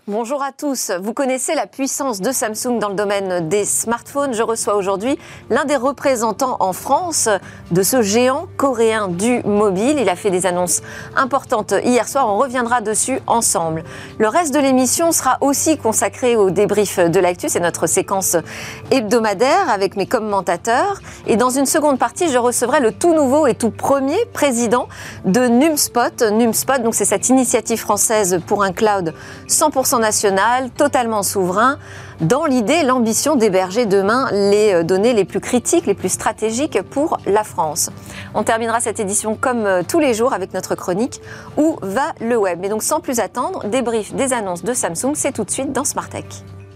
Bonjour à tous. Vous connaissez la puissance de Samsung dans le domaine des smartphones. Je reçois aujourd'hui l'un des représentants en France de ce géant coréen du mobile. Il a fait des annonces importantes hier soir. On reviendra dessus ensemble. Le reste de l'émission sera aussi consacré au débrief de l'actu. C'est notre séquence hebdomadaire avec mes commentateurs. Et dans une seconde partie, je recevrai le tout nouveau et tout premier président de Numspot. Numspot, donc c'est cette initiative française pour un cloud 100% national, totalement souverain, dans l'idée, l'ambition d'héberger demain les données les plus critiques, les plus stratégiques pour la France. On terminera cette édition comme tous les jours avec notre chronique « Où va le web ?» Mais donc sans plus attendre, débrief des annonces de Samsung, c'est tout de suite dans Smart Tech.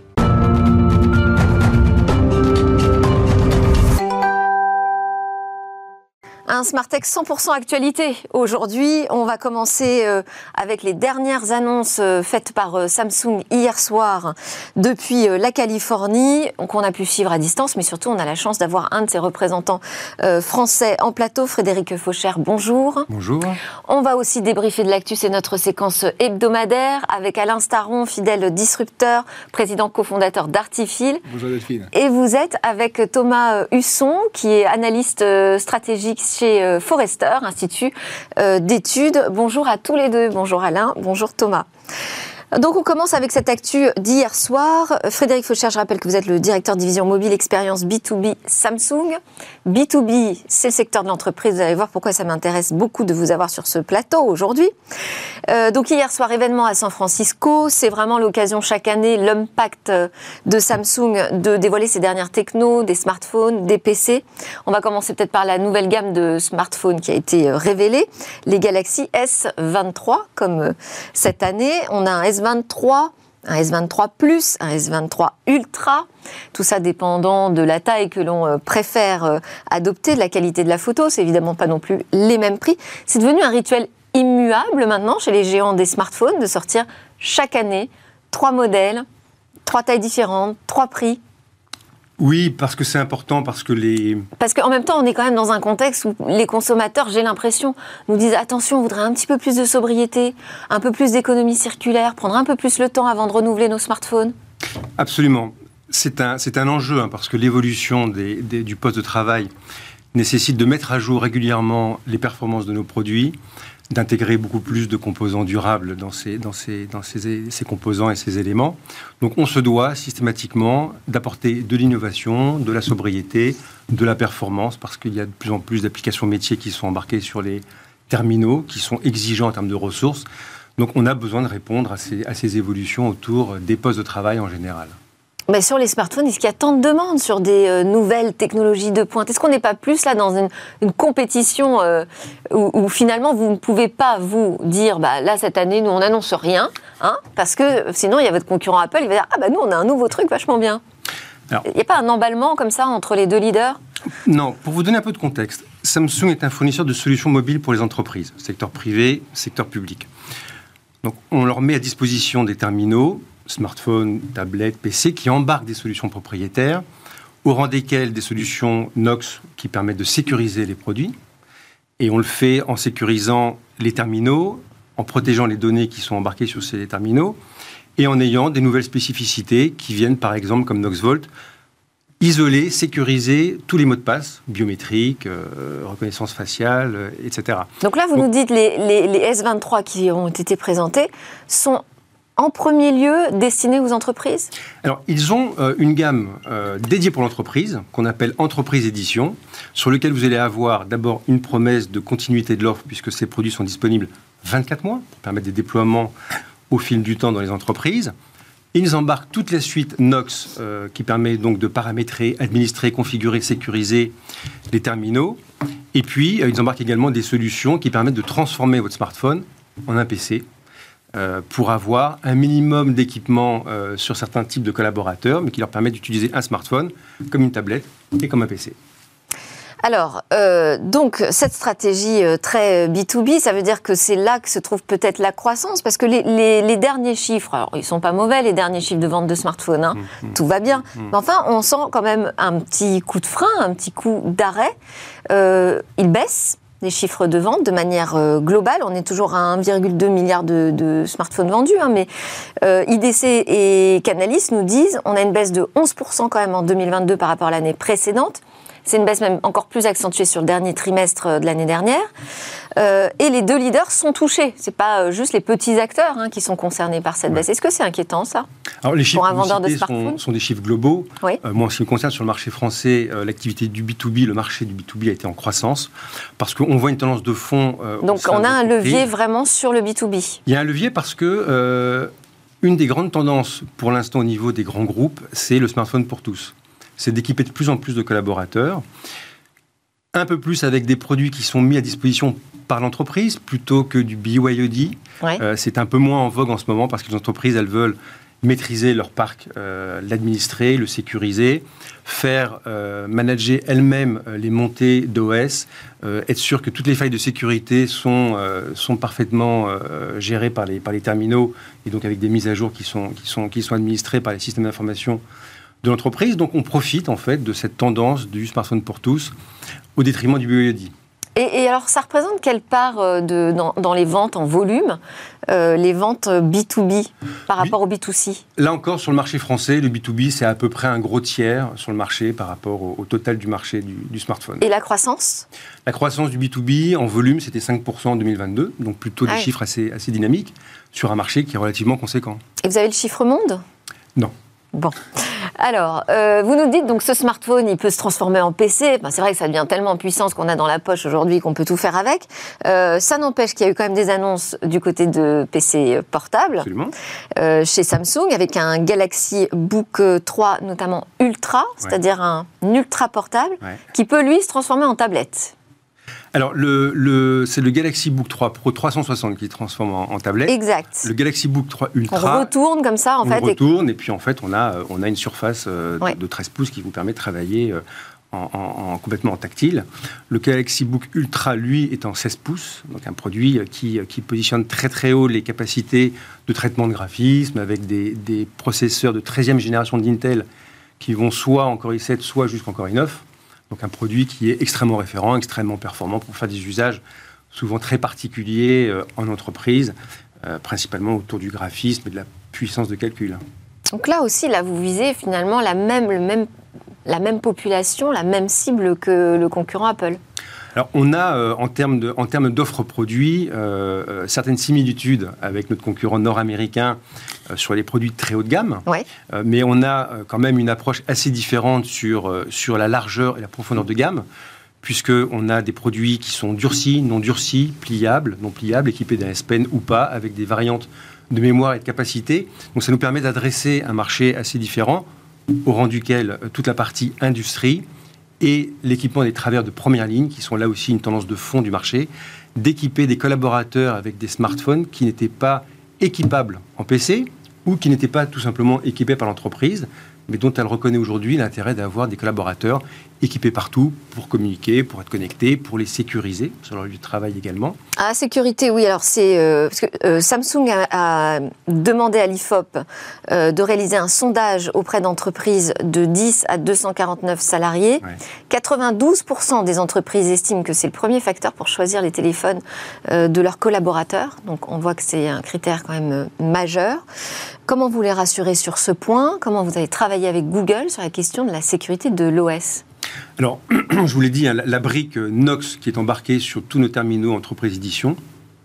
Un Smart Tech 100% actualité. Aujourd'hui, on va commencer avec les dernières annonces faites par Samsung hier soir depuis la Californie, qu'on a pu suivre à distance, mais surtout on a la chance d'avoir un de ses représentants français en plateau, Frédéric Fauchère. Bonjour. Bonjour. On va aussi débriefer de l'actu, c'est notre séquence hebdomadaire avec Alain Staron, fidèle disrupteur, président cofondateur d'Artifil. Bonjour Delphine. Et vous êtes avec Thomas Husson, qui est analyste stratégique chez Forrester, Institut d'études. Bonjour à tous les deux. Bonjour Alain, bonjour Thomas. Donc on commence avec cette actu d'hier soir. Frédéric Fauchère, je rappelle que vous êtes le directeur division mobile expérience B2B Samsung. B2B, c'est le secteur de l'entreprise. Vous allez voir pourquoi ça m'intéresse beaucoup de vous avoir sur ce plateau aujourd'hui. Donc hier soir, événement à San Francisco. C'est vraiment l'occasion chaque année, l'impact de Samsung de dévoiler ses dernières technos, des smartphones, des PC. On va commencer peut-être par la nouvelle gamme de smartphones qui a été révélée. Les Galaxy S23, comme cette année. On a un S23, un S23 Plus, un S23 Ultra, tout ça dépendant de la taille que l'on préfère adopter, de la qualité de la photo, c'est évidemment pas non plus les mêmes prix. C'est devenu un rituel immuable maintenant chez les géants des smartphones de sortir chaque année 3 modèles, 3 tailles différentes, 3 prix. Oui, parce que c'est important, parce qu'en même temps, on est quand même dans un contexte où les consommateurs, j'ai l'impression, nous disent attention, on voudrait un petit peu plus de sobriété, un peu plus d'économie circulaire, prendre un peu plus le temps avant de renouveler nos smartphones. Absolument. C'est un enjeu, parce que l'évolution du poste de travail nécessite de mettre à jour régulièrement les performances de nos produits, d'intégrer beaucoup plus de composants durables dans ces composants et ces éléments. Donc on se doit systématiquement d'apporter de l'innovation, de la sobriété, de la performance, parce qu'il y a de plus en plus d'applications métiers qui sont embarquées sur les terminaux, qui sont exigeants en termes de ressources. Donc on a besoin de répondre à ces évolutions autour des postes de travail en général. Mais sur les smartphones, est-ce qu'il y a tant de demandes sur des nouvelles technologies de pointe ? Est-ce qu'on n'est pas plus là dans une compétition où finalement vous ne pouvez pas vous dire là cette année nous on n'annonce rien, parce que sinon il y a votre concurrent Apple, il va dire nous on a un nouveau truc vachement bien. Alors, il n'y a pas un emballement comme ça entre les deux leaders ? Non, pour vous donner un peu de contexte, Samsung est un fournisseur de solutions mobiles pour les entreprises, secteur privé, secteur public. Donc on leur met à disposition des terminaux, smartphones, tablettes, PC, qui embarquent des solutions propriétaires, au rang desquelles des solutions Knox qui permettent de sécuriser les produits. Et on le fait en sécurisant les terminaux, en protégeant les données qui sont embarquées sur ces terminaux, et en ayant des nouvelles spécificités qui viennent, par exemple, comme Knox Vault, isoler, sécuriser tous les mots de passe, biométriques, reconnaissance faciale, etc. Donc là, vous nous dites les S23 qui ont été présentés sont en premier lieu destinés aux entreprises ? Alors, ils ont une gamme dédiée pour l'entreprise, qu'on appelle Entreprise Édition, sur lequel vous allez avoir d'abord une promesse de continuité de l'offre, puisque ces produits sont disponibles 24 mois, pour permettre des déploiements au fil du temps dans les entreprises. Ils embarquent toute la suite Knox, qui permet donc de paramétrer, administrer, configurer, sécuriser les terminaux. Et puis, ils embarquent également des solutions qui permettent de transformer votre smartphone en un PC, pour avoir un minimum d'équipement sur certains types de collaborateurs, mais qui leur permet d'utiliser un smartphone comme une tablette et comme un PC. Alors, donc, cette stratégie très B2B, ça veut dire que c'est là que se trouve peut-être la croissance, parce que les derniers chiffres, alors ils ne sont pas mauvais, les derniers chiffres de vente de smartphones, tout va bien, mais enfin, on sent quand même un petit coup de frein, un petit coup d'arrêt. Ils baissent. des chiffres de vente de manière globale. On est toujours à 1,2 milliard de smartphones vendus, hein, mais IDC et Canalys nous disent on a une baisse de 11% quand même en 2022 par rapport à l'année précédente. C'est une baisse même encore plus accentuée sur le dernier trimestre de l'année dernière. Et les deux leaders sont touchés. Ce n'est pas juste les petits acteurs qui sont concernés par cette baisse. Est-ce que c'est inquiétant, ça? Alors, les chiffres pour un vendeur de smartphones sont des chiffres globaux. Oui. Moi, en ce qui me concerne, sur le marché français, l'activité du B2B, le marché du B2B a été en croissance parce qu'on voit une tendance de fond. Donc, on a un levier vraiment sur le B2B. Il y a un levier parce que une des grandes tendances pour l'instant au niveau des grands groupes, c'est le smartphone pour tous. C'est d'équiper de plus en plus de collaborateurs, un peu plus avec des produits qui sont mis à disposition par l'entreprise plutôt que du BYOD. Ouais. C'est un peu moins en vogue en ce moment parce que les entreprises, elles veulent maîtriser leur parc, l'administrer, le sécuriser, faire manager elles-mêmes les montées d'OS, être sûr que toutes les failles de sécurité sont parfaitement gérées par les terminaux et donc avec des mises à jour qui sont administrées par les systèmes d'information de l'entreprise. Donc on profite en fait de cette tendance du smartphone pour tous au détriment du BYOD. Et alors ça représente quelle part dans les ventes en volume, les ventes B2B par rapport au B2C? Là encore, sur le marché français, le B2B, c'est à peu près un gros tiers sur le marché par rapport au total du marché du smartphone. Et la croissance? La croissance du B2B en volume, c'était 5% en 2022, donc plutôt des chiffres assez dynamiques sur un marché qui est relativement conséquent. Et vous avez le chiffre monde? Non. Bon. Alors, vous nous dites donc ce smartphone, il peut se transformer en PC. C'est vrai que ça devient tellement puissant ce qu'on a dans la poche aujourd'hui qu'on peut tout faire avec. Ça n'empêche qu'il y a eu quand même des annonces du côté de PC portables. Absolument. Chez Samsung, avec un Galaxy Book 3, notamment Ultra, c'est-à-dire un ultra portable, qui peut lui se transformer en tablette. Alors, c'est le Galaxy Book 3 Pro 360 qui transforme en tablette. Exact. Le Galaxy Book 3 Ultra... On retourne comme ça, en fait. On retourne, et puis en fait, on a une surface de 13 pouces qui vous permet de travailler complètement en tactile. Le Galaxy Book Ultra, lui, est en 16 pouces, donc un produit qui positionne très très haut les capacités de traitement de graphisme, avec des processeurs de 13e génération d'Intel qui vont soit en Core i7, soit jusqu'en Core i9. Donc un produit qui est extrêmement référent, extrêmement performant pour faire des usages souvent très particuliers en entreprise, principalement autour du graphisme et de la puissance de calcul. Donc là aussi, vous visez finalement la même population, la même cible que le concurrent Apple. Alors on a, en termes d'offres produits, certaines similitudes avec notre concurrent nord-américain sur les produits de très haut de gamme, mais on a quand même une approche assez différente sur la largeur et la profondeur de gamme, puisqu'on a des produits qui sont durcis, non durcis, pliables, non pliables, équipés d'un S Pen ou pas, avec des variantes de mémoire et de capacité. Donc ça nous permet d'adresser un marché assez différent, au rang duquel toute la partie industrie et l'équipement des travers de première ligne, qui sont là aussi une tendance de fond du marché, d'équiper des collaborateurs avec des smartphones qui n'étaient pas équipables en PC ou qui n'étaient pas tout simplement équipés par l'entreprise, mais dont elle reconnaît aujourd'hui l'intérêt d'avoir des collaborateurs équipés partout pour communiquer, pour être connectés, pour les sécuriser sur leur lieu de travail également. Ah, sécurité, oui. Alors, c'est parce que Samsung a demandé à l'IFOP de réaliser un sondage auprès d'entreprises de 10 à 249 salariés. 92% des entreprises estiment que c'est le premier facteur pour choisir les téléphones de leurs collaborateurs. Donc, on voit que c'est un critère quand même majeur. Comment vous les rassurez sur ce point? Comment vous avez travaillé avec Google sur la question de la sécurité de l'OS? Alors, je vous l'ai dit, la brique Knox qui est embarquée sur tous nos terminaux Entreprise Édition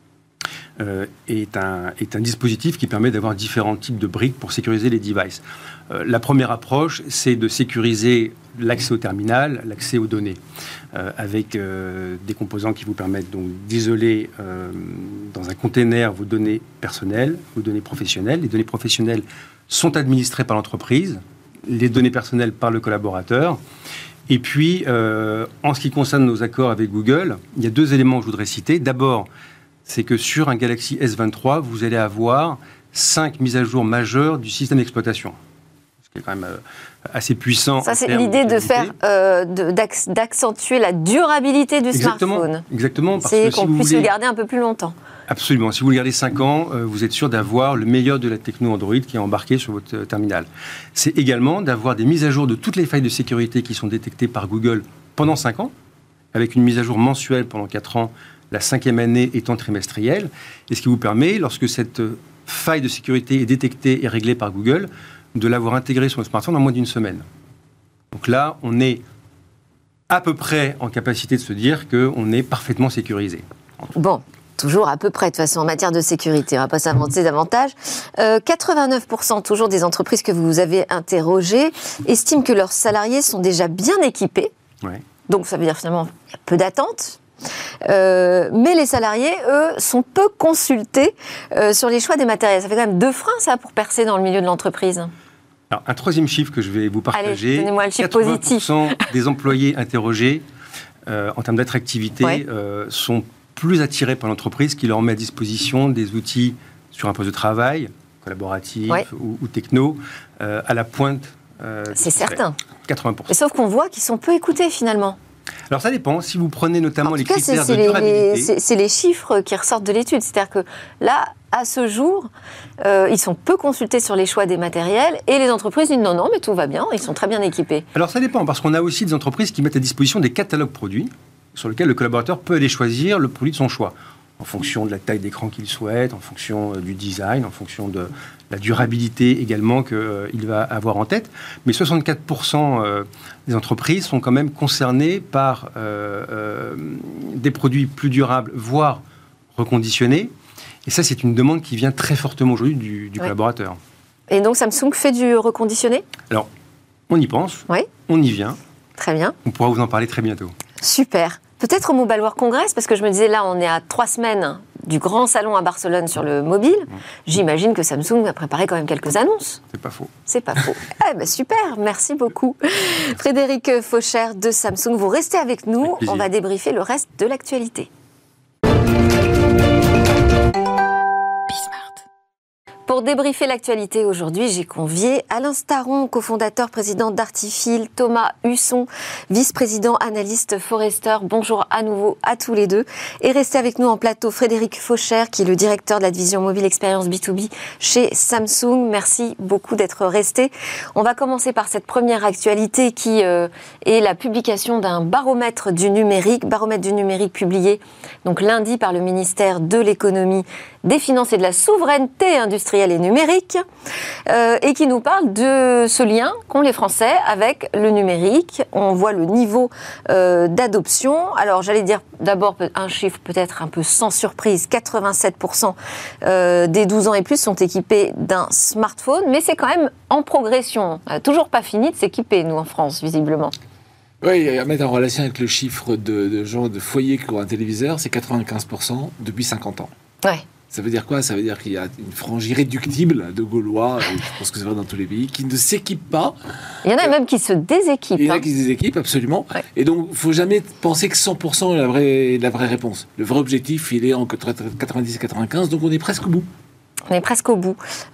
est un dispositif qui permet d'avoir différents types de briques pour sécuriser les devices. La première approche, c'est de sécuriser l'accès au terminal, l'accès aux données, avec des composants qui vous permettent donc d'isoler dans un container vos données personnelles, vos données professionnelles. Les données professionnelles sont administrées par l'entreprise, les données personnelles par le collaborateur. Et puis, en ce qui concerne nos accords avec Google, il y a deux éléments que je voudrais citer. D'abord, c'est que sur un Galaxy S23, vous allez avoir 5 mises à jour majeures du système d'exploitation. Ce qui est quand même assez puissant. Ça, c'est l'idée de faire, d'accentuer la durabilité du smartphone. Exactement. C'est qu'on puisse le garder un peu plus longtemps. Absolument. Si vous le gardez 5 ans, vous êtes sûr d'avoir le meilleur de la techno Android qui est embarqué sur votre terminal. C'est également d'avoir des mises à jour de toutes les failles de sécurité qui sont détectées par Google pendant 5 ans avec une mise à jour mensuelle pendant 4 ans, la 5e année étant trimestrielle, et ce qui vous permet, lorsque cette faille de sécurité est détectée et réglée par Google, de l'avoir intégrée sur le smartphone en moins d'1 semaine. Donc là, on est à peu près en capacité de se dire qu'on est parfaitement sécurisé. Bon, toujours à peu près, de toute façon, en matière de sécurité. On ne va pas s'inventer davantage. 89% toujours des entreprises que vous avez interrogées estiment que leurs salariés sont déjà bien équipés. Ouais. Donc ça veut dire finalement qu'il y a peu d'attentes. Mais les salariés, eux, sont peu consultés sur les choix des matériels. Ça fait quand même 2 freins, ça, pour percer dans le milieu de l'entreprise. Alors, un 3e chiffre que je vais vous partager. Allez, donnez-moi le chiffre 80% positif. des employés interrogés, en termes d'attractivité, sont plus attirés par l'entreprise qui leur met à disposition des outils sur un poste de travail, collaboratif ou techno, à la pointe. C'est certain. 80%. Et sauf qu'on voit qu'ils sont peu écoutés, finalement. Alors ça dépend, si vous prenez notamment les critères de durabilité. C'est les chiffres qui ressortent de l'étude, c'est-à-dire que là, à ce jour, ils sont peu consultés sur les choix des matériels et les entreprises disent non, mais tout va bien, ils sont très bien équipés. Alors ça dépend, parce qu'on a aussi des entreprises qui mettent à disposition des catalogues produits sur lesquels le collaborateur peut aller choisir le produit de son choix, en fonction de la taille d'écran qu'il souhaite, en fonction du design, en fonction de la durabilité également qu'il va avoir en tête. Mais 64% des entreprises sont quand même concernées par des produits plus durables, voire reconditionnés. Et ça, c'est une demande qui vient très fortement aujourd'hui du collaborateur. Et donc Samsung fait du reconditionné ? Alors, on y pense, on y vient. Très bien. On pourra vous en parler très bientôt. Super. Peut-être au Mobile World Congress, parce que je me disais, là, on est à 3 semaines du grand salon à Barcelone sur le mobile. J'imagine que Samsung a préparé quand même quelques annonces. C'est pas faux. C'est pas faux. Super, merci beaucoup. Frédéric Fauchère de Samsung, vous restez avec nous. On va débriefer le reste de l'actualité. Pour débriefer l'actualité aujourd'hui, j'ai convié Alain Staron, cofondateur, président d'Artifil, Thomas Husson, vice-président analyste Forrester. Bonjour à nouveau à tous les deux. Et restez avec nous en plateau Frédéric Fauchère, qui est le directeur de la division mobile expérience B2B chez Samsung. Merci beaucoup d'être resté. On va commencer par cette première actualité qui est la publication d'un baromètre du numérique publié donc lundi par le ministère de l'économie, des finances et de la souveraineté industrielle et numérique, et qui nous parle de ce lien qu'ont les Français avec le numérique. On voit le niveau d'adoption. Alors, j'allais dire d'abord un chiffre peut-être un peu sans surprise, 87% des 12 ans et plus sont équipés d'un smartphone, mais c'est quand même en progression. Toujours pas fini de s'équiper, nous, en France, visiblement. Oui, à mettre en relation avec le chiffre de gens de foyers qui ont un téléviseur, c'est 95% depuis 50 ans. Ouais. Ça veut dire quoi ? Ça veut dire qu'il y a une frange irréductible de Gaulois, et je pense que c'est vrai dans tous les pays, qui ne s'équipent pas. Il y en a même qui se déséquipent. Il y en a qui se déséquipent, absolument. Ouais. Et donc, il ne faut jamais penser que 100% est la vraie réponse. Le vrai objectif, il est entre 90 et 95, donc on est presque au bout. On est presque au bout.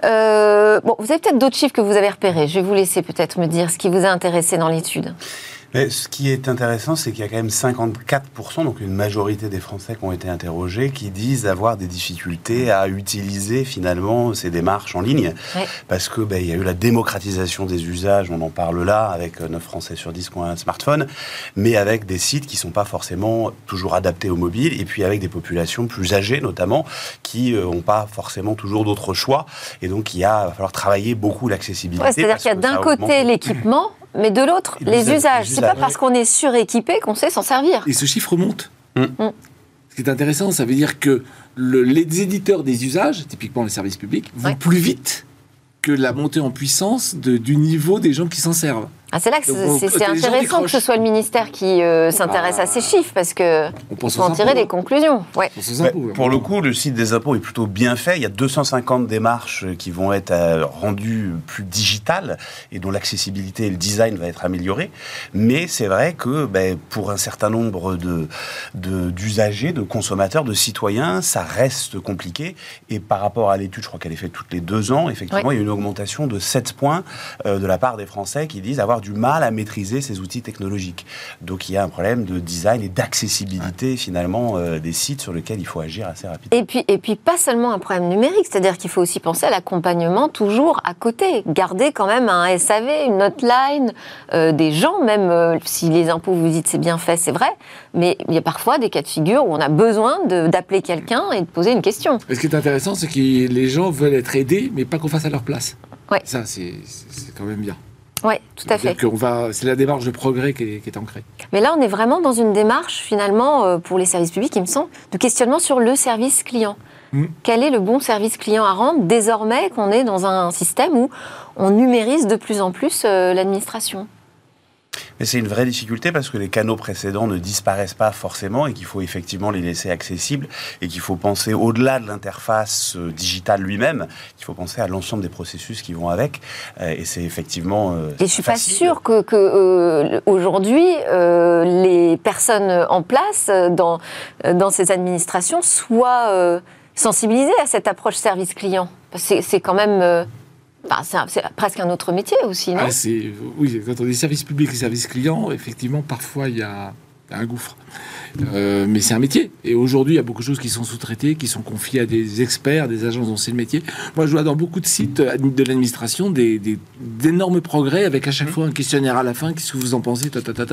Bon, vous avez peut-être d'autres chiffres que vous avez repérés. Je vais vous laisser peut-être me dire ce qui vous a intéressé dans l'étude. Mais ce qui est intéressant, c'est qu'il y a quand même 54%, donc une majorité des Français qui ont été interrogés, qui disent avoir des difficultés à utiliser finalement ces démarches en ligne. Ouais. Parce que il y a eu la démocratisation des usages, on en parle là, avec 9 Français sur 10 qui ont un smartphone, mais avec des sites qui ne sont pas forcément toujours adaptés au mobile, et puis avec des populations plus âgées notamment, qui n'ont pas forcément toujours d'autres choix. Et donc il va falloir travailler beaucoup l'accessibilité. Ouais, c'est-à-dire qu'il y a d'un côté l'équipement, mais de l'autre, les usages. C'est pas parce qu'on est suréquipé qu'on sait s'en servir. Et ce chiffre monte. Ce qui est intéressant, ça veut dire que les éditeurs des usages, typiquement les services publics, vont plus vite que la montée en puissance du niveau des gens qui s'en servent. Ah, c'est là que c'est intéressant que ce soit le ministère qui s'intéresse à ces chiffres, parce que on peut en tirer des conclusions. Ouais. Pour le coup, le site des impôts est plutôt bien fait. Il y a 250 démarches qui vont être rendues plus digitales et dont l'accessibilité et le design va être amélioré. Mais c'est vrai que pour un certain nombre d'usagers, de consommateurs, de citoyens, ça reste compliqué. Et par rapport à l'étude, je crois qu'elle est faite toutes les 2 ans, effectivement, il y a une augmentation de 7 points de la part des Français qui disent avoir du mal à maîtriser ces outils technologiques. Donc il y a un problème de design et d'accessibilité finalement des sites sur lesquels il faut agir assez rapidement. Et puis pas seulement un problème numérique, c'est-à-dire qu'il faut aussi penser à l'accompagnement toujours à côté, garder quand même un SAV, une hotline, des gens, même si les impôts vous dites c'est bien fait, c'est vrai, mais il y a parfois des cas de figure où on a besoin d'appeler quelqu'un et de poser une question. Ce qui est intéressant, c'est que les gens veulent être aidés, mais pas qu'on fasse à leur place. Ouais. Ça, c'est quand même bien. Oui, tout à fait. C'est la démarche de progrès qui est ancrée. Mais là, on est vraiment dans une démarche, finalement, pour les services publics, il me semble, de questionnement sur le service client. Quel est le bon service client à rendre, désormais qu'on est dans un système où on numérise de plus en plus l'administration ? Mais c'est une vraie difficulté parce que les canaux précédents ne disparaissent pas forcément et qu'il faut effectivement les laisser accessibles et qu'il faut penser au-delà de l'interface digitale lui-même, qu'il faut penser à l'ensemble des processus qui vont avec. Et c'est effectivement et je suis pas sûre que aujourd'hui les personnes en place dans ces administrations soient sensibilisées à cette approche service client. C'est quand même c'est presque un autre métier aussi, non ? Oui, quand on dit service public et service client, effectivement, parfois il y a un gouffre. Mais c'est un métier. Et aujourd'hui, il y a beaucoup de choses qui sont sous-traitées, qui sont confiées à des experts, des agences dont c'est le métier. Moi, je vois dans beaucoup de sites de l'administration d'énormes progrès avec à chaque fois un questionnaire à la fin. Qu'est-ce que vous en pensez ?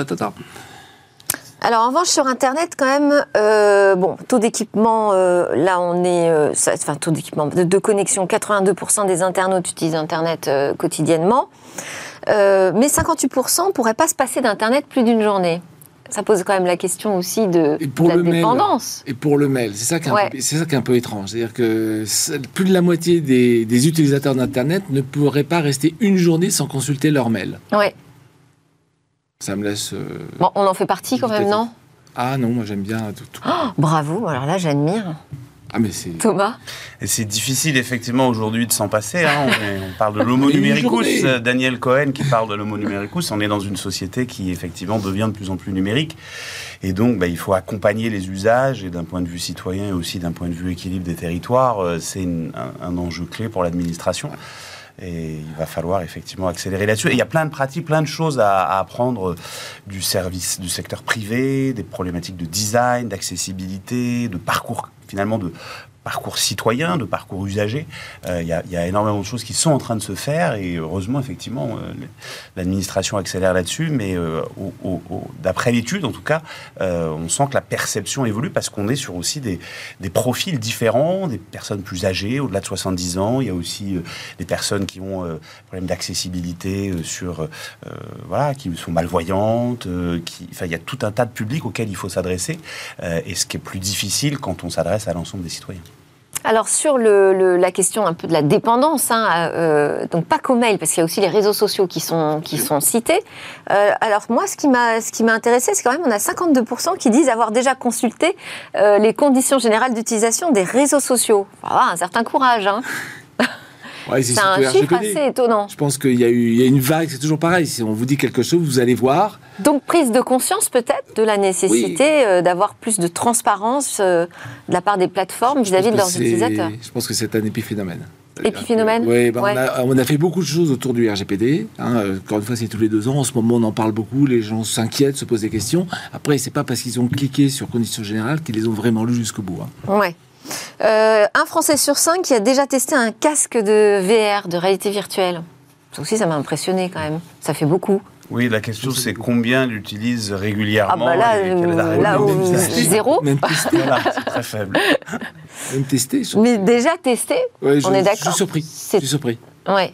Alors, en revanche, sur Internet, quand même, taux d'équipement, là, on est... taux d'équipement, de connexion, 82% des internautes utilisent Internet quotidiennement. Mais 58% ne pourraient pas se passer d'Internet plus d'une journée. Ça pose quand même la question aussi de la dépendance. Et pour le mail, c'est ça qui est un peu étrange. C'est-à-dire que plus de la moitié des utilisateurs d'Internet ne pourraient pas rester une journée sans consulter leur mail. Ouais. Ça me laisse... Bon, on en fait partie quand même, non ? Ah non, moi j'aime bien tout. Oh, bravo, alors là j'admire. Ah mais c'est... Thomas ? Et c'est difficile effectivement aujourd'hui de s'en passer. On parle de l'homo numericus, Daniel Cohen qui parle de l'homo numericus. On est dans une société qui effectivement devient de plus en plus numérique. Et donc il faut accompagner les usages et d'un point de vue citoyen et aussi d'un point de vue équilibre des territoires, c'est un enjeu clé pour l'administration. Et il va falloir effectivement accélérer là-dessus. Et il y a plein de pratiques, plein de choses à apprendre du secteur privé, des problématiques de design, d'accessibilité, de parcours, finalement de parcours citoyen, de parcours usager. Il y a énormément de choses qui sont en train de se faire et heureusement, effectivement, l'administration accélère là-dessus. Mais d'après l'étude, en tout cas, on sent que la perception évolue parce qu'on est sur aussi des profils différents, des personnes plus âgées, au-delà de 70 ans. Il y a aussi des personnes qui ont problème d'accessibilité qui sont malvoyantes. Il y a tout un tas de publics auxquels il faut s'adresser. Et ce qui est plus difficile quand on s'adresse à l'ensemble des citoyens. Alors sur la question un peu de la dépendance, donc pas qu'au mail, parce qu'il y a aussi les réseaux sociaux qui sont cités. Alors moi, ce qui m'a intéressé, c'est quand même on a 52% qui disent avoir déjà consulté les conditions générales d'utilisation des réseaux sociaux. Voilà, un certain courage. Ouais, c'est un chiffre assez étonnant. Je pense qu'il y a une vague, c'est toujours pareil. Si on vous dit quelque chose, vous allez voir. Donc, prise de conscience peut-être de la nécessité d'avoir plus de transparence de la part des plateformes vis-à-vis de leurs utilisateurs. Je pense que c'est un épiphénomène. Épiphénomène ? Oui, on a fait beaucoup de choses autour du RGPD. Encore une fois, c'est tous les 2 ans. En ce moment, on en parle beaucoup. Les gens s'inquiètent, se posent des questions. Après, c'est pas parce qu'ils ont cliqué sur Conditions Générales qu'ils les ont vraiment lues jusqu'au bout. Ouais. Un Français sur 5 qui a déjà testé un casque de VR, de réalité virtuelle. Ça aussi, ça m'a impressionné quand même. Ça fait beaucoup. Oui, la question c'est combien l'utilisent régulièrement. Là où zéro. Même testé. Voilà, c'est très faible. Même testé. Mais déjà testé, on est d'accord. Je suis surpris. Ouais.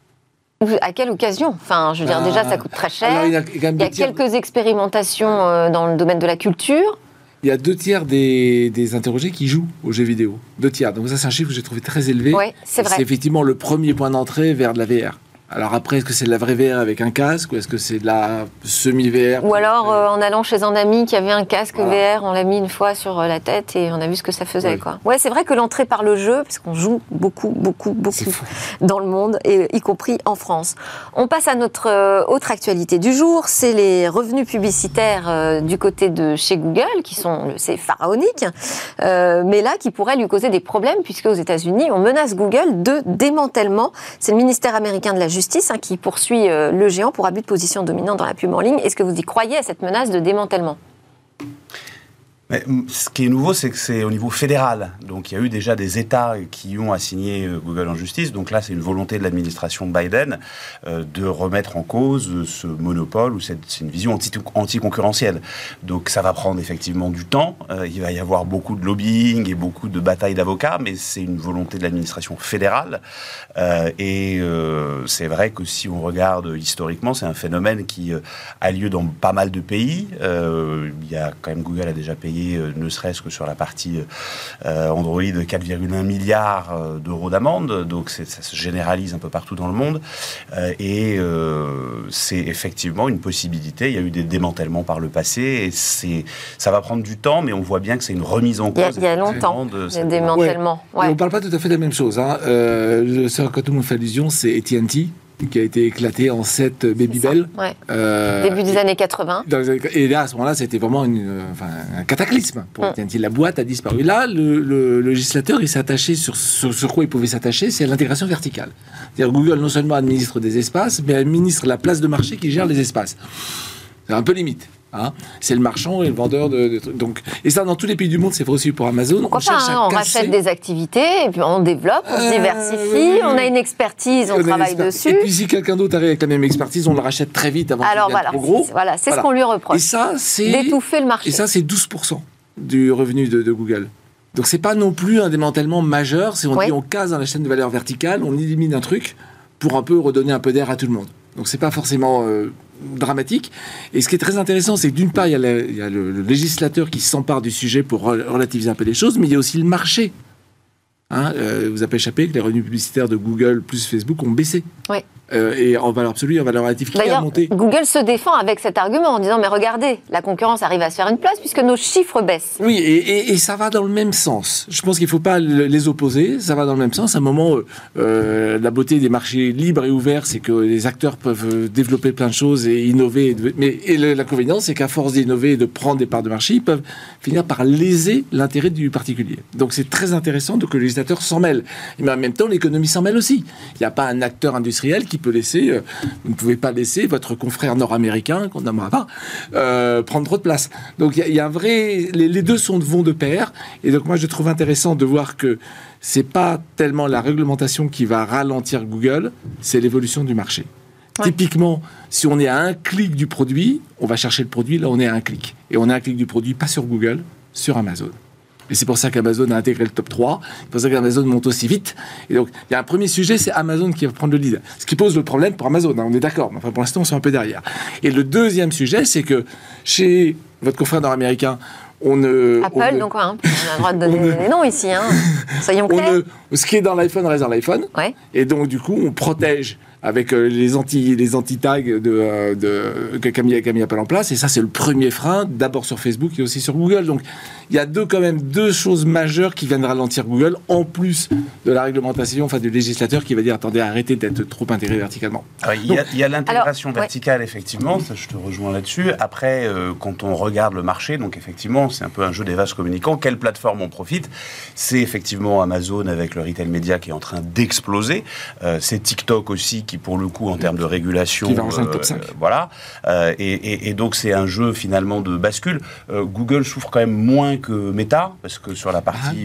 À quelle occasion ? Enfin, je veux dire, déjà, ça coûte très cher. Alors, il y a quelques expérimentations dans le domaine de la culture. Il y a 2/3 des interrogés qui jouent aux jeux vidéo. 2/3. Donc ça, c'est un chiffre que j'ai trouvé très élevé. Oui, c'est vrai. C'est effectivement le premier point d'entrée vers de la VR. Alors après, est-ce que c'est de la vraie VR avec un casque ou est-ce que c'est de la semi-VR ? Ou alors, en allant chez un ami qui avait un casque VR, on l'a mis une fois sur la tête et on a vu ce que ça faisait. Ouais, c'est vrai que l'entrée par le jeu, parce qu'on joue beaucoup dans le monde, et y compris en France. On passe à notre autre actualité du jour, c'est les revenus publicitaires du côté de chez Google, c'est pharaonique, mais là, qui pourraient lui causer des problèmes, puisque aux États-Unis, on menace Google de démantèlement. C'est le ministère américain de la Justice justice qui poursuit le géant pour abus de position dominante dans la pub en ligne. Est-ce que vous y croyez à cette menace de démantèlement ? Mais ce qui est nouveau, c'est que c'est au niveau fédéral. Donc, il y a eu déjà des États qui ont assigné Google en justice. Donc là, c'est une volonté de l'administration Biden de remettre en cause ce monopole, ou c'est une vision anticoncurrentielle. Donc, ça va prendre effectivement du temps. Il va y avoir beaucoup de lobbying et beaucoup de batailles d'avocats, mais c'est une volonté de l'administration fédérale. C'est vrai que si on regarde historiquement, c'est un phénomène qui a lieu dans pas mal de pays. Il y a quand même, Google a déjà payé ne serait-ce que sur la partie Android 4,1 milliards d'euros d'amende, donc ça se généralise un peu partout dans le monde, c'est effectivement une possibilité. Il y a eu des démantèlements par le passé, et ça va prendre du temps, mais on voit bien que c'est une remise en cause. Il y a longtemps, des démantèlements. Ouais. On ne parle pas tout à fait de la même chose. Ce que tout le monde fait allusion, c'est AT&T, qui a été éclaté en 7 Babybel. Ouais. Début des années 80. Et là, à ce moment-là, c'était vraiment un cataclysme. Pour AT&T, la boîte a disparu. Là, le législateur, il s'est attaché sur quoi il pouvait s'attacher, c'est à l'intégration verticale. C'est-à-dire Google non seulement administre des espaces, mais administre la place de marché qui gère les espaces. C'est un peu limite. C'est le marchand et le vendeur de trucs. Donc, et ça, dans tous les pays du monde, c'est vrai aussi pour Amazon. Pourquoi pas, on rachète des activités, et puis on développe, on se diversifie, on a une expertise, on travaille dessus. Et puis si quelqu'un d'autre arrive avec la même expertise, on le rachète très vite avant qu'il devienne trop gros. Voilà, c'est ce qu'on lui reproche. Et ça, c'est d'étouffer le marché. Et ça, c'est 12% du revenu de Google. Donc c'est pas non plus un démantèlement majeur. C'est dit on casse dans la chaîne de valeur verticale, on élimine un truc pour un peu redonner un peu d'air à tout le monde. Donc c'est pas forcément dramatique. Et ce qui est très intéressant, c'est que d'une part, il y a le législateur qui s'empare du sujet pour relativiser un peu les choses, mais il y a aussi le marché. Vous avez échappé que les revenus publicitaires de Google plus Facebook ont baissé. Oui. Et en valeur absolue et en valeur relative, qui a monté. Google se défend avec cet argument en disant mais regardez, la concurrence arrive à se faire une place puisque nos chiffres baissent. Oui, et ça va dans le même sens. Je pense qu'il ne faut pas les opposer, ça va dans le même sens. À un moment, la beauté des marchés libres et ouverts, c'est que les acteurs peuvent développer plein de choses et innover. Et l'inconvénient, c'est qu'à force d'innover et de prendre des parts de marché, ils peuvent finir par léser l'intérêt du particulier. Donc c'est très intéressant que le législateur s'en mêle. Mais en même temps, l'économie s'en mêle aussi. Il n'y a pas un acteur industriel qui peut laisser, vous ne pouvez pas laisser votre confrère nord-américain, qu'on n'aimera pas, prendre trop de place. Donc il y a un vrai... Les deux vont de pair. Et donc moi, je trouve intéressant de voir que c'est pas tellement la réglementation qui va ralentir Google, c'est l'évolution du marché. Ouais. Typiquement, si on est à un clic du produit, on va chercher le produit, là on est à un clic. Et on est à un clic du produit, pas sur Google, sur Amazon. Et c'est pour ça qu'Amazon a intégré le top 3. C'est pour ça qu'Amazon monte aussi vite. Et donc, il y a un premier sujet, c'est Amazon qui va prendre le lead. Ce qui pose le problème pour Amazon, on est d'accord. Mais enfin, pour l'instant, on est un peu derrière. Et le deuxième sujet, c'est que chez votre confrère nord-américain, Apple, donc on a le droit de donner des noms ici, soyons clairs. Ce qui est dans l'iPhone reste dans l'iPhone. Ouais. Et donc, du coup, on protège avec les anti-tags qu'a mis Apple en place. Et ça, c'est le premier frein, d'abord sur Facebook et aussi sur Google. Donc, il y a quand même deux choses majeures qui viennent ralentir Google, en plus de la réglementation, du législateur qui va dire, attendez, arrêtez d'être trop intégré verticalement. Il y a l'intégration verticale, effectivement, ça, je te rejoins là-dessus. Après, quand on regarde le marché, donc effectivement, c'est un peu un jeu des vases communicants. Quelle plateforme on profite ? C'est effectivement Amazon avec le retail média qui est en train d'exploser. C'est TikTok aussi qui, pour le coup, en termes de régulation... Qui va rejoindre le top 5. Voilà. Et donc, c'est un jeu, finalement, de bascule. Google souffre quand même moins que Meta, parce que sur la partie...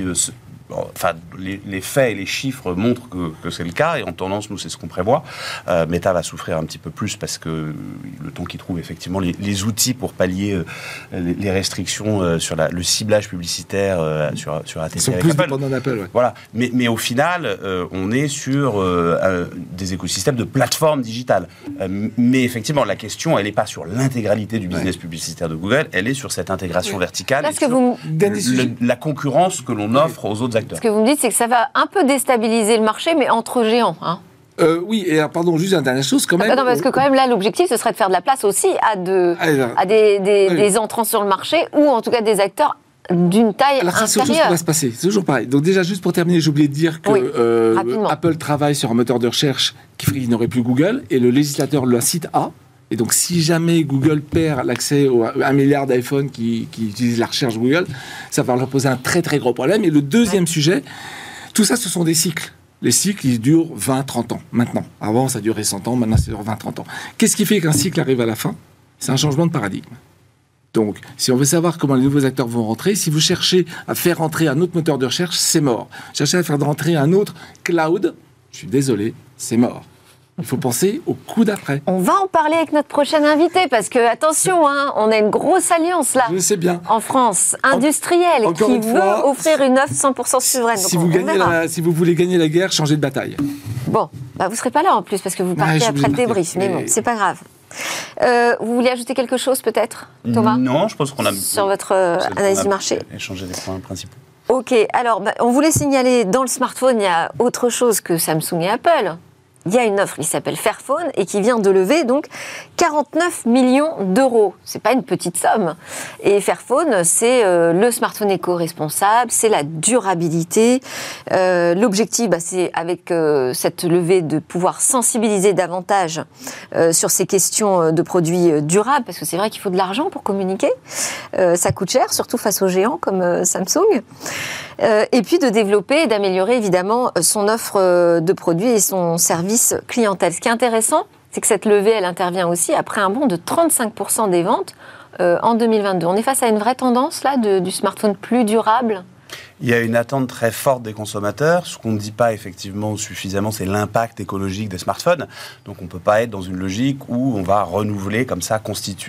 les faits et les chiffres montrent que c'est le cas, et en tendance, nous, c'est ce qu'on prévoit. Meta va souffrir un petit peu plus parce que le temps qu'il trouve effectivement les outils pour pallier les restrictions sur le ciblage publicitaire sur ATT. Ils sont plus dépendants d'Apple. Ouais. Voilà. Mais au final, on est sur des écosystèmes de plateformes digitales. Mais effectivement, la question, elle n'est pas sur l'intégralité du business publicitaire de Google, elle est sur cette intégration verticale, et sur la concurrence que l'on offre aux autres acteurs. Ce que vous me dites, c'est que ça va un peu déstabiliser le marché, mais entre géants. Oui, et pardon, juste une dernière chose quand même. Non, parce que quand même là, l'objectif, ce serait de faire de la place aussi à des entrants sur le marché, ou en tout cas des acteurs d'une taille inférieure. Alors ça, c'est autre chose qui va se passer, c'est toujours pareil. Donc déjà, juste pour terminer, j'ai oublié de dire que Apple travaille sur un moteur de recherche qui n'aurait plus Google, et le législateur l'incite à. Et donc, si jamais Google perd l'accès à 1 milliard d'iPhone qui utilisent la recherche Google, ça va leur poser un très très gros problème. Et le deuxième sujet, tout ça, ce sont des cycles. Les cycles, ils durent 20-30 ans, maintenant. Avant, ça durait 100 ans, maintenant, ça dure 20-30 ans. Qu'est-ce qui fait qu'un cycle arrive à la fin? C'est un changement de paradigme. Donc, si on veut savoir comment les nouveaux acteurs vont rentrer, si vous cherchez à faire rentrer un autre moteur de recherche, c'est mort. Cherchez à faire rentrer un autre cloud, je suis désolé, c'est mort. Il faut penser au coup d'après. On va en parler avec notre prochaine invité, parce que, attention, on a une grosse alliance là. Je sais bien. En France, industrielle, qui veut offrir une offre 100% souveraine. Si vous voulez gagner la guerre, changez de bataille. Bon, vous ne serez pas là en plus, parce que vous partez après le débrief, mais bon, c'est pas grave. Vous voulez ajouter quelque chose peut-être, Thomas? Non, je pense qu'on a... Sur votre analyse du marché. Échanger les points principaux. Ok, alors on voulait signaler, dans le smartphone, il y a autre chose que Samsung et Apple. Il y a une offre qui s'appelle Fairphone et qui vient de lever donc 49 millions d'euros. C'est pas une petite somme. Et Fairphone, c'est le smartphone éco-responsable, c'est la durabilité. L'objectif, c'est avec cette levée de pouvoir sensibiliser davantage sur ces questions de produits durables, parce que c'est vrai qu'il faut de l'argent pour communiquer. Ça coûte cher, surtout face aux géants comme Samsung. Et puis de développer et d'améliorer évidemment son offre de produits et son service clientèle. Ce qui est intéressant, c'est que cette levée, elle intervient aussi après un bond de 35% des ventes en 2022. On est face à une vraie tendance là du smartphone plus durable. Il y a une attente très forte des consommateurs. Ce qu'on ne dit pas effectivement suffisamment, c'est l'impact écologique des smartphones. Donc on ne peut pas être dans une logique où on va renouveler comme ça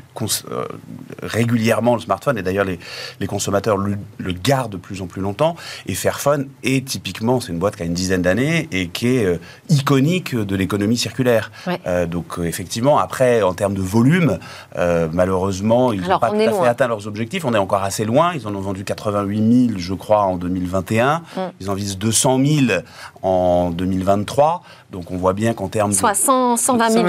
régulièrement le smartphone. Et d'ailleurs, les consommateurs le gardent de plus en plus longtemps. Et Fairphone est typiquement, c'est une boîte qui a une dizaine d'années et qui est iconique de l'économie circulaire. Ouais. Donc effectivement, après, en termes de volume, malheureusement, ils n'ont pas tout à fait atteint leurs objectifs. On est encore assez loin. Ils en ont vendu 88 000, je crois, en 2021. Ils en visent 200 000 en 2023. Donc on voit bien qu'en termes de... Soit 120 000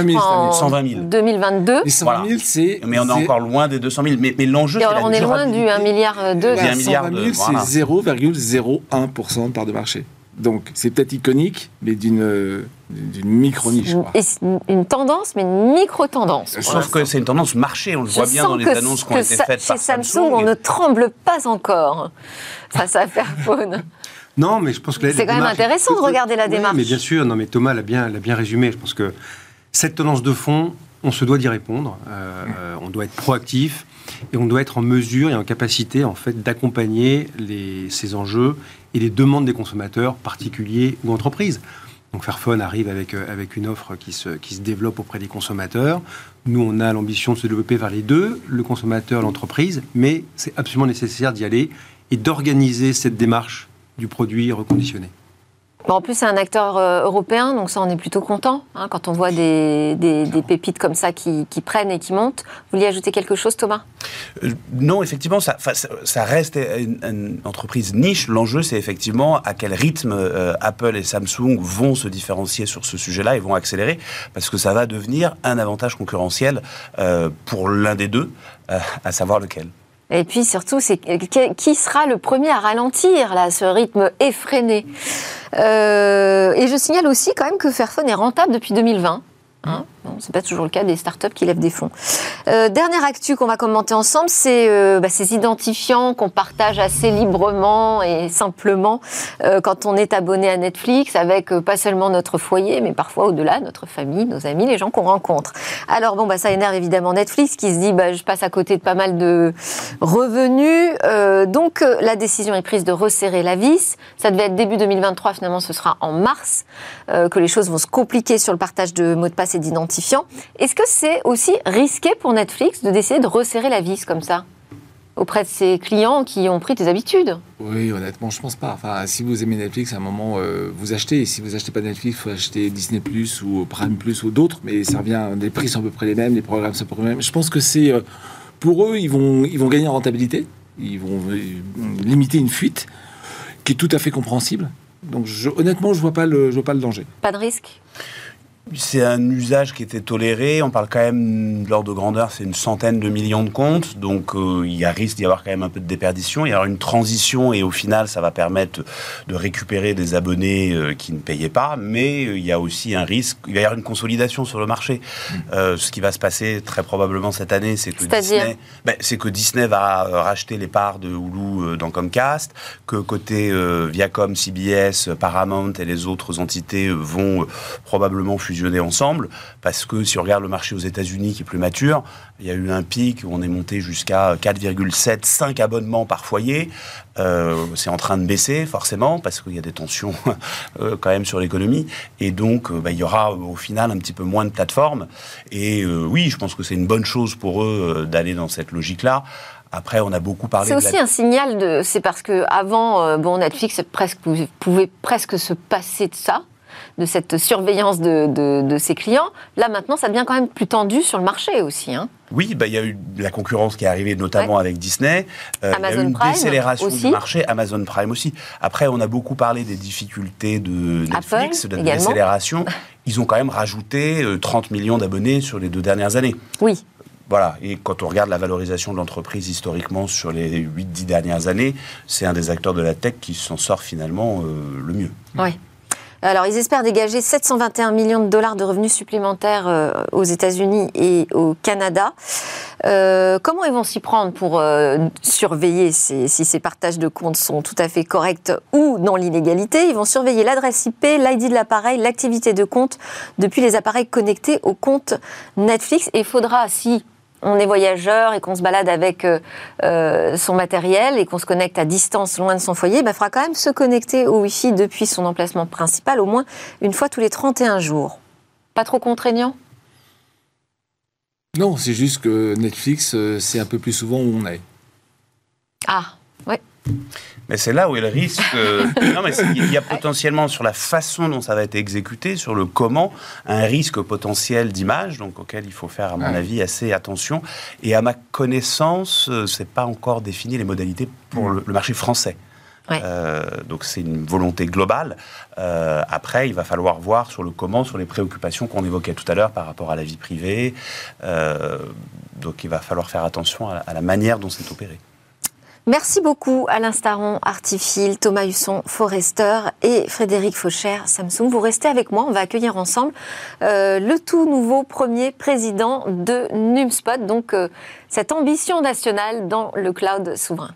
en 2022. Les 120 000, c'est... Mais on est encore loin des 200 000. Mais l'enjeu, c'est la on est loin du 1,2 milliard. 1,2 milliard, c'est 0,01% de part de marché. Donc c'est peut-être iconique, mais d'une micro-niche. Et une tendance, mais une micro-tendance. Sauf que c'est une tendance marché, on le voit bien dans les annonces qui ont été faites par Samsung. Chez Samsung, on ne tremble pas encore face à Fairphone. Non, mais je pense que c'est quand même intéressant de regarder la démarche. Mais bien sûr, non, mais Thomas l'a bien résumé. Je pense que cette tendance de fond, on se doit d'y répondre. On doit être proactif et on doit être en mesure et en capacité, en fait, d'accompagner ces enjeux et les demandes des consommateurs, particuliers ou entreprises. Donc Fairphone arrive avec une offre qui se développe auprès des consommateurs. Nous, on a l'ambition de se développer vers les deux, le consommateur, l'entreprise, mais c'est absolument nécessaire d'y aller et d'organiser cette démarche du produit reconditionné. Bon, en plus, c'est un acteur européen, donc ça, on est plutôt content quand on voit des pépites comme ça qui prennent et qui montent. Vous vouliez ajouter quelque chose, Thomas ? Non, effectivement, ça reste une entreprise niche. L'enjeu, c'est effectivement à quel rythme Apple et Samsung vont se différencier sur ce sujet-là et vont accélérer, parce que ça va devenir un avantage concurrentiel pour l'un des deux, à savoir lequel. Et puis surtout, c'est qui sera le premier à ralentir là, ce rythme effréné. Et je signale aussi quand même que Fairphone est rentable depuis 2020. Bon, c'est pas toujours le cas des startups qui lèvent des fonds. Dernière actu qu'on va commenter ensemble, c'est ces identifiants qu'on partage assez librement et simplement quand on est abonné à Netflix, avec pas seulement notre foyer, mais parfois au-delà, notre famille, nos amis, les gens qu'on rencontre. Alors ça énerve évidemment Netflix qui se dit je passe à côté de pas mal de revenus. Donc la décision est prise de resserrer la vis. Ça devait être début 2023, finalement ce sera en mars que les choses vont se compliquer sur le partage de mots de passe et d'identifiants. Est-ce que c'est aussi risqué pour Netflix de décider de resserrer la vis comme ça auprès de ses clients qui ont pris des habitudes? Oui, honnêtement, je pense pas. Enfin, si vous aimez Netflix, à un moment, vous achetez. Et si vous achetez pas Netflix, il faut acheter Disney+, ou Prime+, ou d'autres. Mais ça revient, les prix sont à peu près les mêmes, les programmes sont à peu près les mêmes. Je pense que c'est... pour eux, ils vont gagner en rentabilité. Ils vont limiter une fuite qui est tout à fait compréhensible. Donc, honnêtement, je vois pas le danger. Pas de risque? C'est un usage qui était toléré. On parle quand même, de l'ordre de grandeur, c'est une centaine de millions de comptes. Donc, il y a risque d'y avoir quand même un peu de déperdition. Il y aura une transition et au final, ça va permettre de récupérer des abonnés qui ne payaient pas. Mais il y a aussi un risque. Il va y avoir une consolidation sur le marché. Ce qui va se passer très probablement cette année, c'est que Disney va racheter les parts de Hulu dans Comcast, que côté Viacom, CBS, Paramount et les autres entités vont probablement fusionner ensemble, parce que si on regarde le marché aux États-Unis qui est plus mature, il y a eu un pic où on est monté jusqu'à 4,5 abonnements par foyer. C'est en train de baisser forcément parce qu'il y a des tensions quand même sur l'économie, et donc il y aura au final un petit peu moins de plateformes. Et oui, je pense que c'est une bonne chose pour eux d'aller dans cette logique-là. Après, on a beaucoup parlé. C'est aussi un signal c'est parce que avant, Netflix pouvait presque se passer de ça, de cette surveillance de ses clients. Là, maintenant, ça devient quand même plus tendu sur le marché aussi. Oui, il y a eu la concurrence qui est arrivée notamment avec Disney. Il y a eu une décélération du marché. Amazon Prime aussi. Après, on a beaucoup parlé des difficultés de Netflix, de la décélération. Ils ont quand même rajouté 30 millions d'abonnés sur les 2 dernières années. Oui. Voilà, et quand on regarde la valorisation de l'entreprise historiquement sur les 8-10 dernières années, c'est un des acteurs de la tech qui s'en sort finalement le mieux. Oui. Alors, ils espèrent dégager 721 millions de dollars de revenus supplémentaires aux États-Unis et au Canada. Comment ils vont s'y prendre pour surveiller si ces partages de comptes sont tout à fait corrects ou dans l'illégalité? Ils vont surveiller l'adresse IP, l'ID de l'appareil, l'activité de compte depuis les appareils connectés au compte Netflix. Et il faudra, si on est voyageur et qu'on se balade avec son matériel et qu'on se connecte à distance loin de son foyer, il faudra quand même se connecter au Wi-Fi depuis son emplacement principal au moins une fois tous les 31 jours. Pas trop contraignant ? Non, c'est juste que Netflix, c'est un peu plus souvent où on est. Ah, oui. Mais c'est là où est le risque. Non, mais il y a potentiellement, sur la façon dont ça va être exécuté, sur le comment, un risque potentiel d'image, donc auquel il faut faire, à mon avis, assez attention. Et à ma connaissance, c'est pas encore défini les modalités pour le marché français. Ouais. Donc c'est une volonté globale. Après, il va falloir voir sur le comment, sur les préoccupations qu'on évoquait tout à l'heure par rapport à la vie privée. Donc il va falloir faire attention à la manière dont c'est opéré. Merci beaucoup Alain Staron, Artifil, Thomas Husson, Forrester et Frédéric Faucher, Samsung. Vous restez avec moi, on va accueillir ensemble le tout nouveau premier président de NumSpot, donc cette ambition nationale dans le cloud souverain.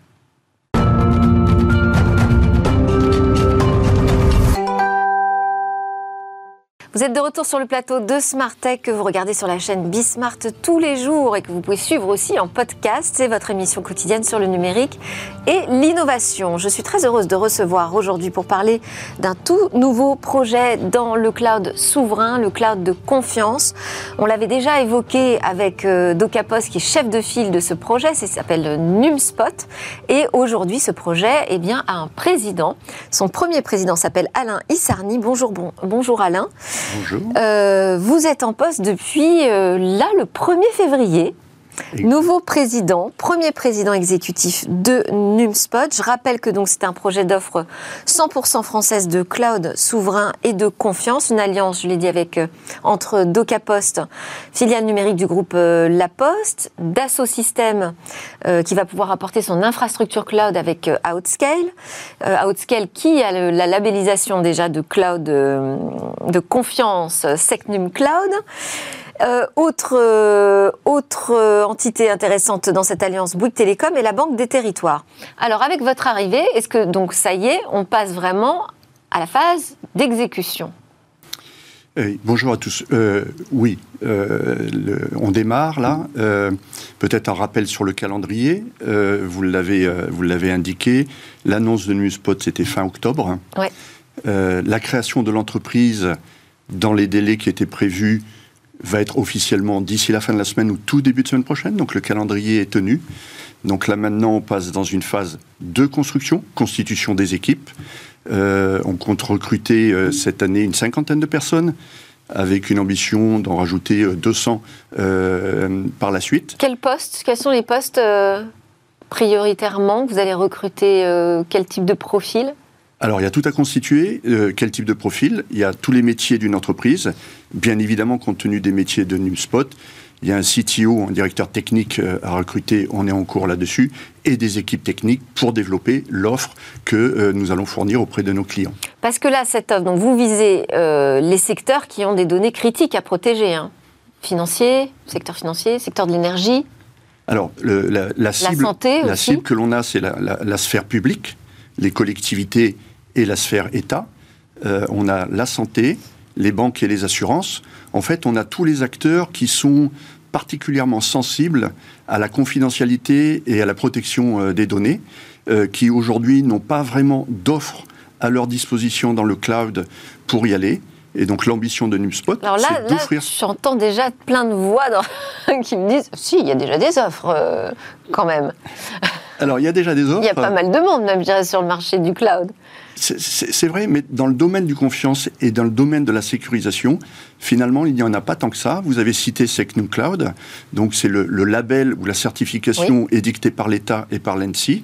Vous êtes de retour sur le plateau de Smart Tech que vous regardez sur la chaîne Bismart tous les jours et que vous pouvez suivre aussi en podcast. C'est votre émission quotidienne sur le numérique et l'innovation. Je suis très heureuse de recevoir aujourd'hui pour parler d'un tout nouveau projet dans le cloud souverain, le cloud de confiance. On l'avait déjà évoqué avec Docapos qui est chef de file de ce projet, ça s'appelle NumSpot. Et aujourd'hui, ce projet a un président. Son premier président s'appelle Alain Issarni. Bonjour Alain. Bonjour. Vous êtes en poste depuis le 1er février. Nouveau président, premier président exécutif de NumSpot. Je rappelle que donc c'est un projet d'offre 100% française de cloud souverain et de confiance. Une alliance, je l'ai dit, entre Docapost, filiale numérique du groupe La Poste, Dassault Systèmes, qui va pouvoir apporter son infrastructure cloud avec Outscale. Outscale qui a la labellisation déjà de cloud de confiance SecNum Cloud. Autre entité intéressante dans cette alliance, Bouygues Télécom et la Banque des Territoires. Alors, avec votre arrivée, est-ce que, donc, ça y est, on passe vraiment à la phase d'exécution ? Bonjour à tous. Oui, on démarre là. Peut-être un rappel sur le calendrier. Vous l'avez indiqué. L'annonce de NumSpot, c'était fin octobre. Ouais. La création de l'entreprise, dans les délais qui étaient prévus, va être officiellement d'ici la fin de la semaine ou tout début de semaine prochaine. Donc le calendrier est tenu. Donc là maintenant, on passe dans une phase de construction, constitution des équipes. On compte recruter cette année une 50aine de personnes, avec une ambition d'en rajouter 200 par la suite. Quels sont les postes prioritairement que vous allez recruter? Quel type de profil? Alors, il y a tout à constituer. Quel type de profil? Il y a tous les métiers d'une entreprise. Bien évidemment, compte tenu des métiers de NumSpot, il y a un CTO, un directeur technique à recruter, on est en cours là-dessus, et des équipes techniques pour développer l'offre que nous allons fournir auprès de nos clients. Parce que là, cette offre, donc vous visez les secteurs qui ont des données critiques à protéger, hein. Financier, secteur de l'énergie. Alors, la cible, santé la aussi. cible que l'on a, c'est la sphère publique, les collectivités et la sphère État. On a la santé, les banques et les assurances. En fait, on a tous les acteurs qui sont particulièrement sensibles à la confidentialité et à la protection des données, qui aujourd'hui n'ont pas vraiment d'offres à leur disposition dans le cloud pour y aller. Et donc l'ambition de NumSpot, c'est d'offrir... J'entends déjà plein de voix qui me disent « Si, il y a déjà des offres, quand même. » Alors, il y a déjà des offres. Il y a pas mal de monde, même, je dirais, sur le marché du cloud. C'est vrai, mais dans le domaine du confiance et dans le domaine de la sécurisation, finalement, il n'y en a pas tant que ça. Vous avez cité SecNumCloud, donc c'est le label ou la certification édictée par l'État et par l'ANSSI.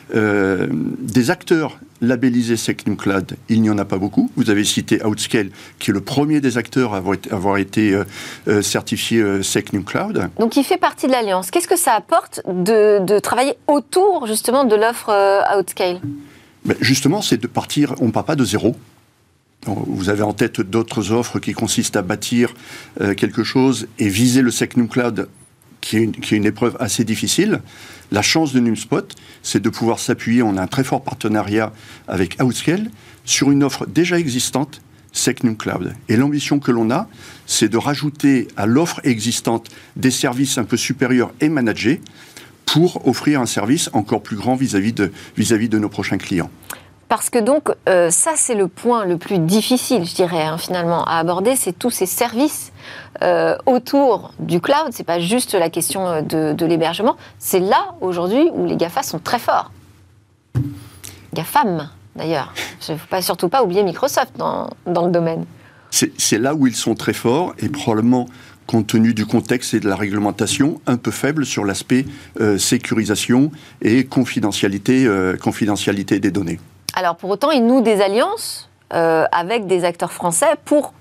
Des acteurs labellisés SecNumCloud, il n'y en a pas beaucoup. Vous avez cité Outscale, qui est le premier des acteurs à avoir été certifié SecNumCloud. Donc, il fait partie de l'Alliance. Qu'est-ce que ça apporte de travailler autour, justement, de l'offre Outscale ? Ben justement, c'est de partir, on ne part pas de zéro. Vous avez en tête d'autres offres qui consistent à bâtir quelque chose et viser le SecNumCloud, qui est une épreuve assez difficile. La chance de NumSpot, c'est de pouvoir s'appuyer, on a un très fort partenariat avec Outscale, sur une offre déjà existante, SecNumCloud. Et l'ambition que l'on a, c'est de rajouter à l'offre existante des services un peu supérieurs et managés, pour offrir un service encore plus grand vis-à-vis de nos prochains clients. Parce que donc, ça c'est le point le plus difficile, je dirais, hein, finalement, à aborder, c'est tous ces services autour du cloud. C'est pas juste la question de l'hébergement, c'est là, aujourd'hui, où les GAFA sont très forts. GAFAM, d'ailleurs. Il ne faut surtout pas oublier Microsoft dans le domaine. C'est là où ils sont très forts, et probablement... compte tenu du contexte et de la réglementation, un peu faible sur l'aspect sécurisation et confidentialité des données. Alors pour autant, ils nouent des alliances avec des acteurs français pour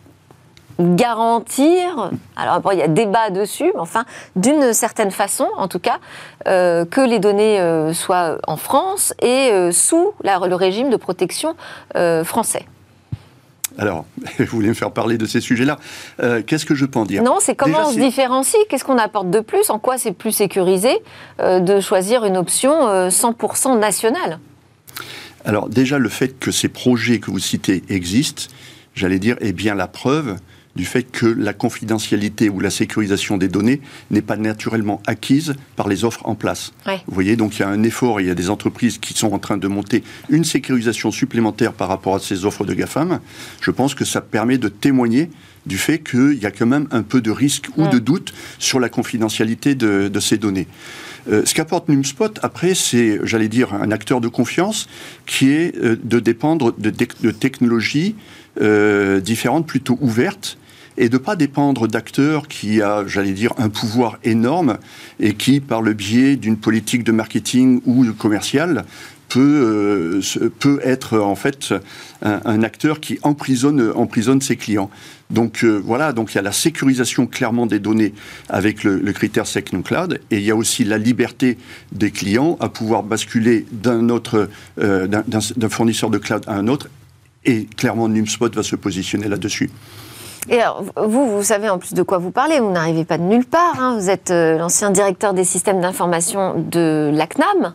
garantir, alors après il y a débat dessus, mais enfin d'une certaine façon en tout cas, que les données soient en France et sous le régime de protection français. Alors, vous voulez me faire parler de ces sujets-là. Qu'est-ce que je peux en dire? Non, c'est comment on se différencie. Qu'est-ce qu'on apporte de plus? En quoi c'est plus sécurisé de choisir une option 100% nationale? Alors, déjà, le fait que ces projets que vous citez existent, j'allais dire, est bien la preuve du fait que la confidentialité ou la sécurisation des données n'est pas naturellement acquise par les offres en place. Ouais. Vous voyez, donc il y a un effort, il y a des entreprises qui sont en train de monter une sécurisation supplémentaire par rapport à ces offres de GAFAM. Je pense que ça permet de témoigner du fait qu'il y a quand même un peu de risque ou de doute sur la confidentialité de ces données. Ce qu'apporte NumSpot, après, c'est, j'allais dire, un acteur de confiance qui est de dépendre de technologies différentes, plutôt ouvertes, et de ne pas dépendre d'acteurs qui a, j'allais dire, un pouvoir énorme et qui, par le biais d'une politique de marketing ou de commercial, peut être en fait un acteur qui emprisonne ses clients. Donc voilà, donc il y a la sécurisation clairement des données avec le critère SecNumCloud, et il y a aussi la liberté des clients à pouvoir basculer d'un fournisseur de cloud à un autre, et clairement NumSpot va se positionner là-dessus. Et alors, vous savez en plus de quoi vous parlez, vous n'arrivez pas de nulle part, hein. Vous êtes l'ancien directeur des systèmes d'information de la CNAM,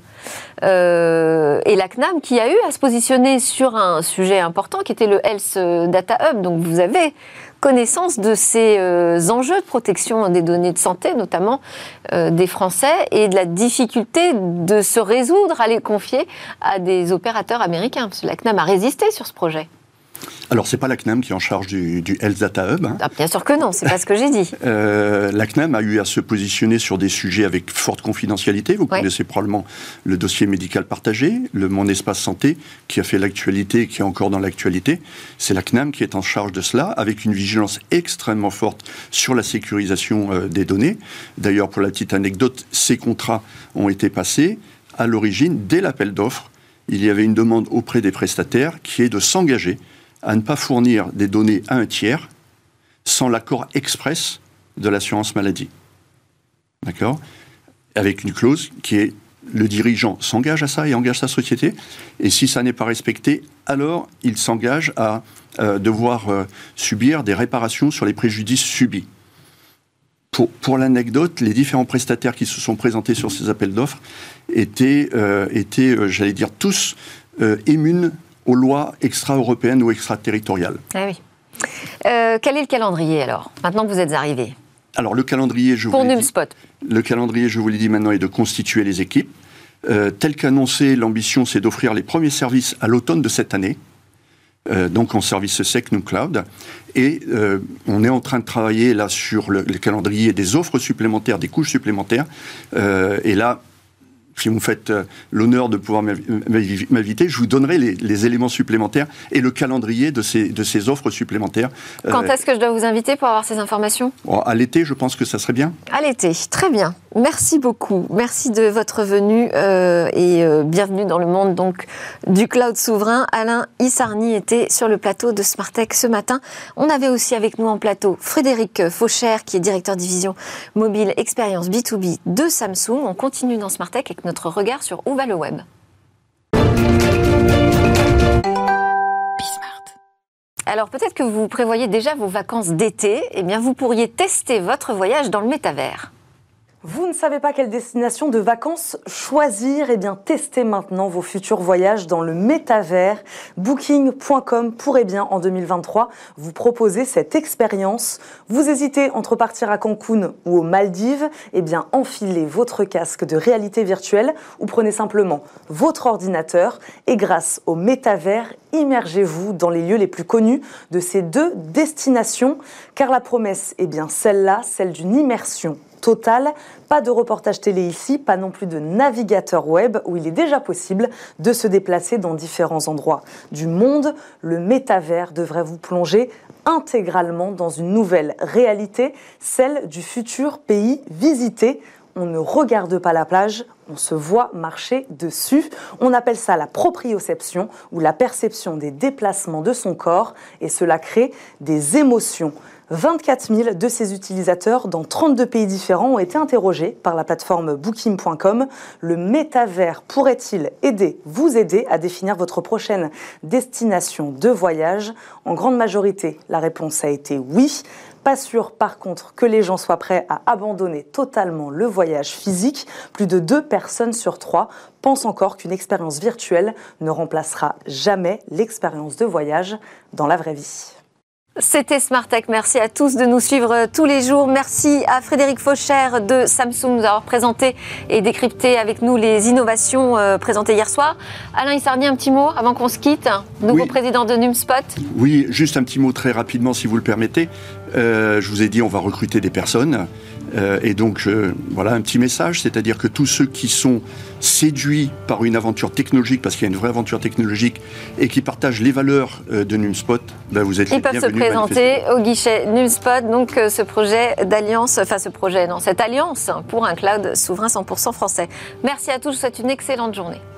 et la CNAM qui a eu à se positionner sur un sujet important qui était le Health Data Hub, donc vous avez connaissance de ces enjeux de protection des données de santé, notamment des Français, et de la difficulté de se résoudre à les confier à des opérateurs américains, parce que la CNAM a résisté sur ce projet. Alors, c'est pas la CNAM qui est en charge du Health Data Hub. Hein. Ah, bien sûr que non, c'est pas ce que j'ai dit. La CNAM a eu à se positionner sur des sujets avec forte confidentialité. Vous connaissez probablement le dossier médical partagé, le Mon Espace Santé, qui a fait l'actualité et qui est encore dans l'actualité. C'est la CNAM qui est en charge de cela, avec une vigilance extrêmement forte sur la sécurisation des données. D'ailleurs, pour la petite anecdote, ces contrats ont été passés à l'origine dès l'appel d'offres. il y avait une demande auprès des prestataires qui est de s'engager à ne pas fournir des données à un tiers sans l'accord express de l'assurance maladie. D'accord ? Avec une clause qui est le dirigeant s'engage à ça et engage sa société. Et si ça n'est pas respecté, alors il s'engage à devoir subir des réparations sur les préjudices subis. Pour l'anecdote, les différents prestataires qui se sont présentés sur ces appels d'offres étaient j'allais dire, tous immunes aux lois extra-européennes ou extraterritoriales. Ah oui. Quel est le calendrier alors, maintenant que vous êtes arrivé ? Alors le calendrier, je vous l'ai dit maintenant, est de constituer les équipes. Tel qu'annoncé, l'ambition c'est d'offrir les premiers services à l'automne de cette année, donc en service sec nous cloud. Et on est en train de travailler là sur le calendrier des offres supplémentaires, des couches supplémentaires. Et là, si vous me faites l'honneur de pouvoir m'inviter, je vous donnerai les éléments supplémentaires et le calendrier de ces offres supplémentaires. Quand est-ce que je dois vous inviter pour avoir ces informations ? À l'été, je pense que ça serait bien. À l'été, très bien. Merci beaucoup. Merci de votre venue et bienvenue dans le monde donc, du cloud souverain. Alain Issarni était sur le plateau de Smartech ce matin. On avait aussi avec nous en plateau Frédéric Faucher, qui est directeur division mobile expérience B2B de Samsung. On continue dans Smartech avec notre regard sur où va le web. Alors peut-être que vous prévoyez déjà vos vacances d'été. Eh bien, vous pourriez tester votre voyage dans le métavers. Vous ne savez pas quelle destination de vacances choisir ? Eh bien, testez maintenant vos futurs voyages dans le métavers. Booking.com pourrait bien, en 2023, vous proposer cette expérience. Vous hésitez entre partir à Cancun ou aux Maldives ? Eh bien, enfilez votre casque de réalité virtuelle ou prenez simplement votre ordinateur et grâce au métavers, immergez-vous dans les lieux les plus connus de ces deux destinations. Car la promesse est bien celle-là, celle d'une immersion totale. Pas de reportage télé ici, pas non plus de navigateur web où il est déjà possible de se déplacer dans différents endroits du monde. Le métavers devrait vous plonger intégralement dans une nouvelle réalité, celle du futur pays visité. On ne regarde pas la plage, on se voit marcher dessus. On appelle ça la proprioception ou la perception des déplacements de son corps et cela crée des émotions. 24 000 de ces utilisateurs dans 32 pays différents ont été interrogés par la plateforme Booking.com. Le métavers pourrait-il vous aider à définir votre prochaine destination de voyage ? En grande majorité, la réponse a été oui. Pas sûr, par contre, que les gens soient prêts à abandonner totalement le voyage physique. Plus de 2 personnes sur 3 pensent encore qu'une expérience virtuelle ne remplacera jamais l'expérience de voyage dans la vraie vie. C'était Smartech. Merci à tous de nous suivre tous les jours. Merci à Frédéric Faucher de Samsung de nous avoir présenté et décrypté avec nous les innovations présentées hier soir. Alain Issarni, un petit mot avant qu'on se quitte. Nouveau président de Numspot. Oui, juste un petit mot très rapidement si vous le permettez. Je vous ai dit on va recruter des personnes. Et donc, voilà un petit message, c'est-à-dire que tous ceux qui sont séduits par une aventure technologique, parce qu'il y a une vraie aventure technologique, et qui partagent les valeurs de Numspot, ben vous êtes les bienvenus. Ils peuvent se présenter au guichet Numspot, donc ce projet d'alliance, cette alliance pour un cloud souverain 100% français. Merci à tous, je vous souhaite une excellente journée.